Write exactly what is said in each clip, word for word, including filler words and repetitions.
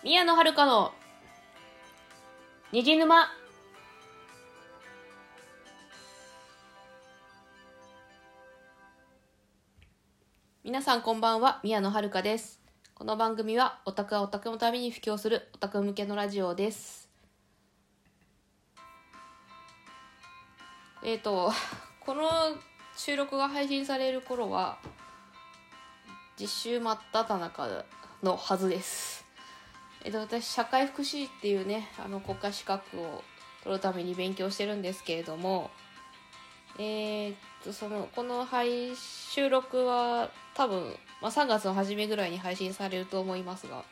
宮野遥の虹沼。皆さんこんばんは、宮野遥です。この番組はオタクはオタクのために布教するオタク向けのラジオです。えっとこの収録が配信される頃は実習真っ只中のはずです。えっと私社会福祉っていうねあの国家資格を取るために勉強してるんですけれども、えー、っとそのこの配収録は多分、まあ、さんがつの初めぐらいに配信されると思いますが、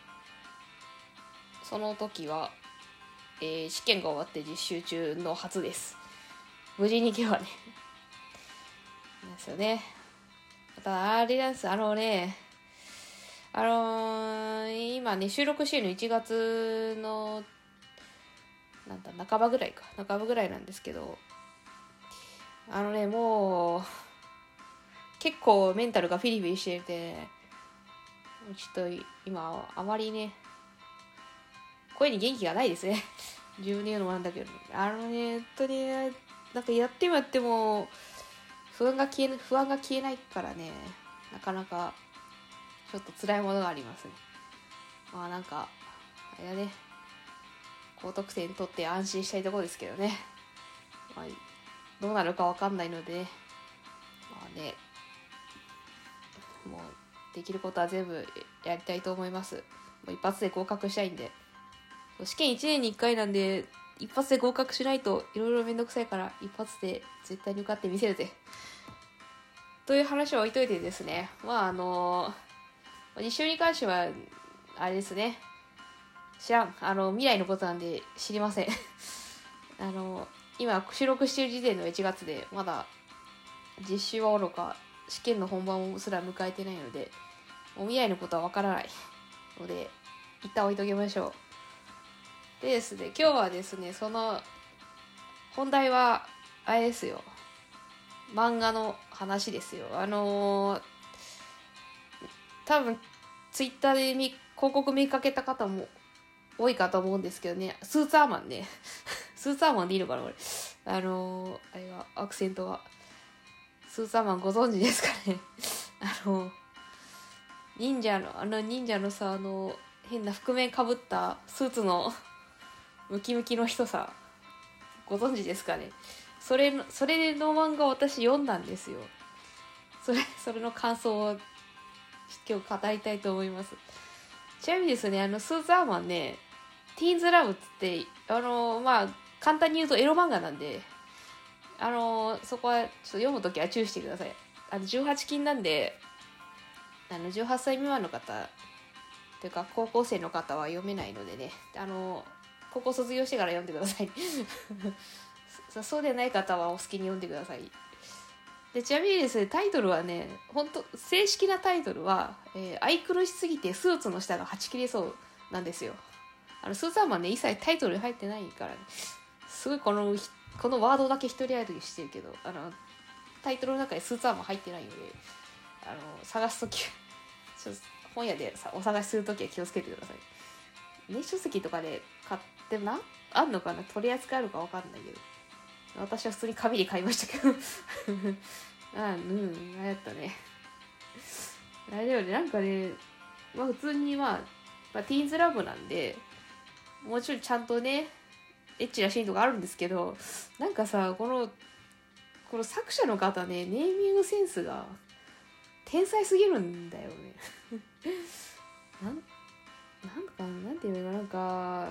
その時は、えー、試験が終わって実習中のはずです。無事に行けばねですよね。またあれなんです、あのねあのー、今ね収録してるのいちがつのなんだ半ばぐらいか半ばぐらいなんですけど、あのねもう結構メンタルがフィリフィリしてて、ちょっと今あまりね声に元気がないですね。自分で言うのもなんだけど、あのね本当になんかやってもやっても不安が消え不安が消えないからね、なかなかちょっと辛いものがありますね。まあなんかあれだね、高得点取って安心したいところですけどね、まあ、どうなるかわかんないので、まあねもうできることは全部やりたいと思います。もう一発で合格したいんで。試験いちねんにいっかいなんで一発で合格しないといろいろめんどくさいから、一発で絶対に受かってみせるぜという話を置いといてですね、まああの実習に関してはあれですね、知らんあの未来のことなんで知りませんあの今収録している時点のいちがつでまだ実習はおろか試験の本番すら迎えてないので、もう未来のことはわからないので一旦置いときましょう。でですね、今日はですね、その本題はあれですよ、漫画の話ですよ。あのー、多分ツイッターで見広告見かけた方も多いかと思うんですけどね、スーツアーマンねスーツアーマンでいいのかなこれ、あのー、あれがアクセントがスーツアーマンご存知ですかねあの忍者のあの忍者のさ、あの変な覆面かぶったスーツのムキムキの人さ、ご存知ですかね。それのそれの漫画を私読んだんですよ。それそれの感想を今日語りたいと思います。ちなみにですね、あのスーツアーマンね、ティーンズラブっつってあのまあ簡単に言うとエロ漫画なんで、あのそこはちょっと読むときは注意してください。あのじゅうはち禁なんで、あのじゅうはっさい未満の方というか高校生の方は読めないのでね、あの高校卒業してから読んでくださいそ, そうでない方はお好きに読んでください。でちなみにですね、タイトルはね、本当正式なタイトルは、えー、愛くるしすぎてスーツの下がはち切れそうなんですよ。あのスーツアーマンね、一切タイトルに入ってないから、ね、すごいこのこのワードだけ一人歩きしてるけど、あのタイトルの中にスーツアーマン入ってないので、あの探すとき本屋でさお探しするときは気をつけてください。電子書籍とかで買ってもなあんのかな、取り扱えるか分かんないけど、私は普通に紙で買いましたけどああうんあやったねあれだよね、なんかね、まあ普通にまあ、まあ、ティーンズラブなんでもちろんちゃんとねエッチなシーンとかあるんですけど、なんかさこのこの作者の方ね、ネーミングセンスが天才すぎるんだよねなんなんかなんていうの、なんか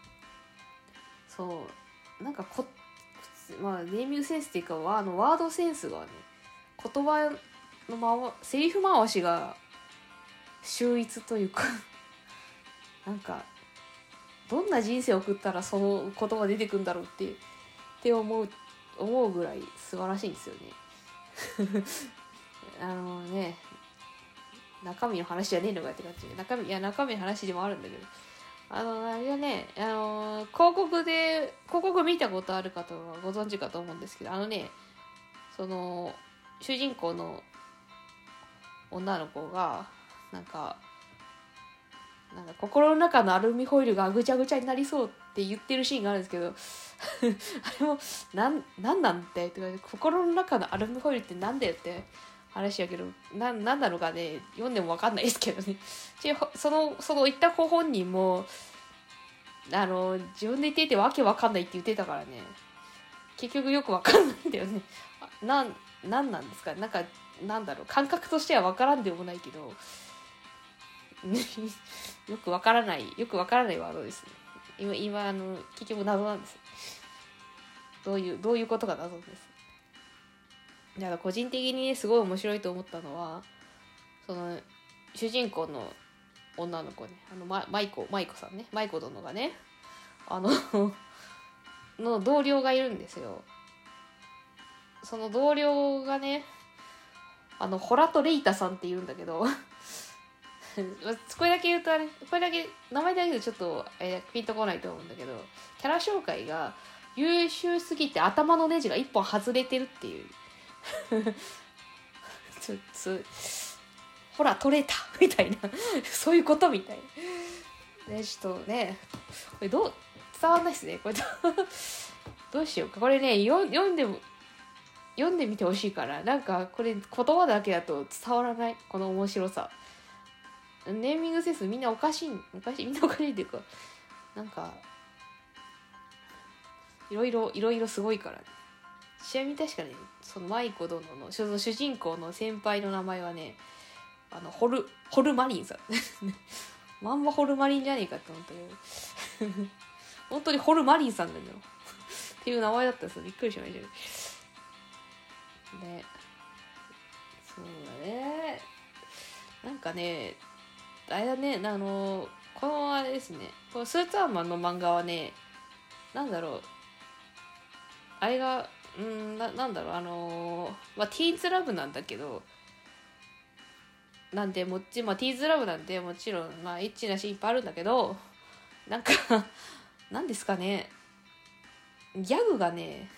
そうなんかこまあネーミングセンスっていうかあのワードセンスがね、言葉のまセリフ回しが秀逸というかなんかどんな人生を送ったらその言葉出てくるんだろうってって思う思うぐらい素晴らしいんですよねあのね、中身の話じゃねえのかって感じで、中身いや中身の話でもあるんだけど、あのあれはね、あの広告で広告見たことある方はご存知かと思うんですけど、あのね、その主人公の女の子がなんかなんか心の中のアルミホイルがぐちゃぐちゃになりそうって言ってるシーンがあるんですけどあれもなんなんなんてって心の中のアルミホイルってなんだよって話やけど、ななんなのかね読んでも分かんないですけどねそのその言ったご本人もあの自分で言っていてわけ分かんないって言ってたからね、結局よく分かんないんだよね。なん、なんなんですか、なんかなんだろう、感覚としては分からんでもないけどよく分からないよく分からないワードですね。今今あの結局謎なんです。どういうどういうことが謎です。だから個人的にねすごい面白いと思ったのは、その主人公の女の子ね、あのママイコマイコさんね、マイコ殿がね、あのの同僚がいるんですよ。その同僚がね、あのホラトレイタさんって言うんだけどこれだけ言うとあれ、これだけ名前だけでちょっと、えー、ピンとこないと思うんだけど、キャラ紹介が優秀すぎて頭のネジが一本外れてるっていうちょっとほら取れたみたいなそういうことみたいなね、ちょっとねこれどう伝わんないっすねこれどうしようか、これねよ読んでも読んでみてほしいから、なんかこれ言葉だけだと伝わらないこの面白さ。ネーミングセンスみんなおかしいおかしいみんなおかしいっていうか、なんかいろいろいろいろすごいからね。ちなみに確かね、そのマイコ殿のその主人公の先輩の名前はね、あのホルホルマリンさんまんまホルマリンじゃねえかって思ったけど本当にホルマリンさんなんだよっていう名前だったんですよ。びっくりしましたね。そうだね、なんかねあれだね、あのこのあれですね、このスーツアーマンの漫画はね、なんだろう、あれがうんななんだろう、あのまあティーンズラブなんだけど、なんでもちまあティーンズラブなんでもちろんまあエッチなシーンいっぱいあるんだけど、なんかなんですかね、ギャグがね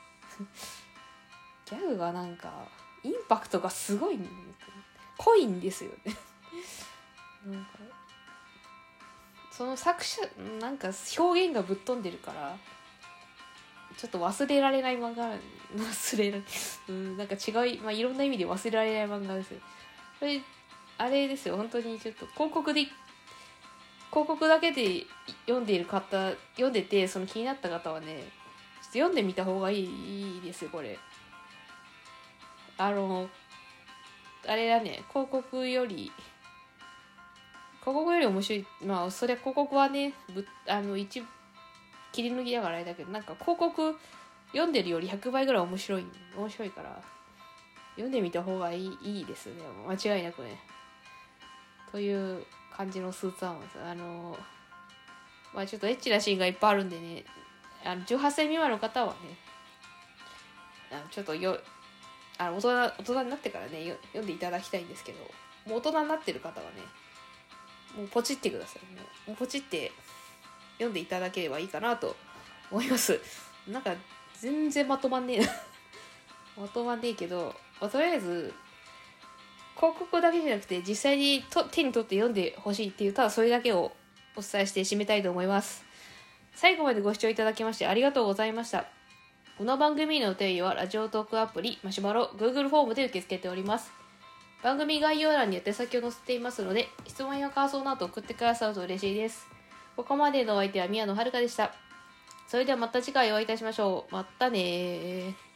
ギャグがなんかインパクトがすごい濃いんですよねなんかその作者なんか表現がぶっ飛んでるからちょっと忘れられない漫画忘れられうんなんか違い、まあ、いろんな意味で忘れられない漫画ですよ。これあれですよ、本当にちょっと広告で広告だけで読んでいる方読んでてその気になった方はね、ちょっと読んでみた方がいい、いいですよこれ。あのあれだね、広告より広告より面白い。まあそりゃ広告はねぶあの一切り抜きだからあれだけど、なんか広告読んでるよりひゃくばいぐらい面白い面白いから読んでみた方がいい、いいですね間違いなくね。という感じのスーツアーマンです。あのまあちょっとエッチなシーンがいっぱいあるんでね、あのじゅうはっさい未満の方はね、あのちょっとよあの大人大人になってからねよ読んでいただきたいんですけど、もう大人になってる方はねもうポチってください。もうもうポチって読んでいただければいいかなと思います。なんか全然まとまんねえなまとまんねえけど、まあ、とりあえず広告だけじゃなくて実際にと手に取って読んでほしいっていう、ただそれだけをお伝えして締めたいと思います。最後までご視聴いただきましてありがとうございました。この番組のお便りはラジオトークアプリマシュマロ Google フォームで受け付けております。番組概要欄に宛先を載せていますので、質問や感想など送ってくださると嬉しいです。ここまでのお相手は宮野遥でした。それではまた次回お会いいたしましょう。またねー。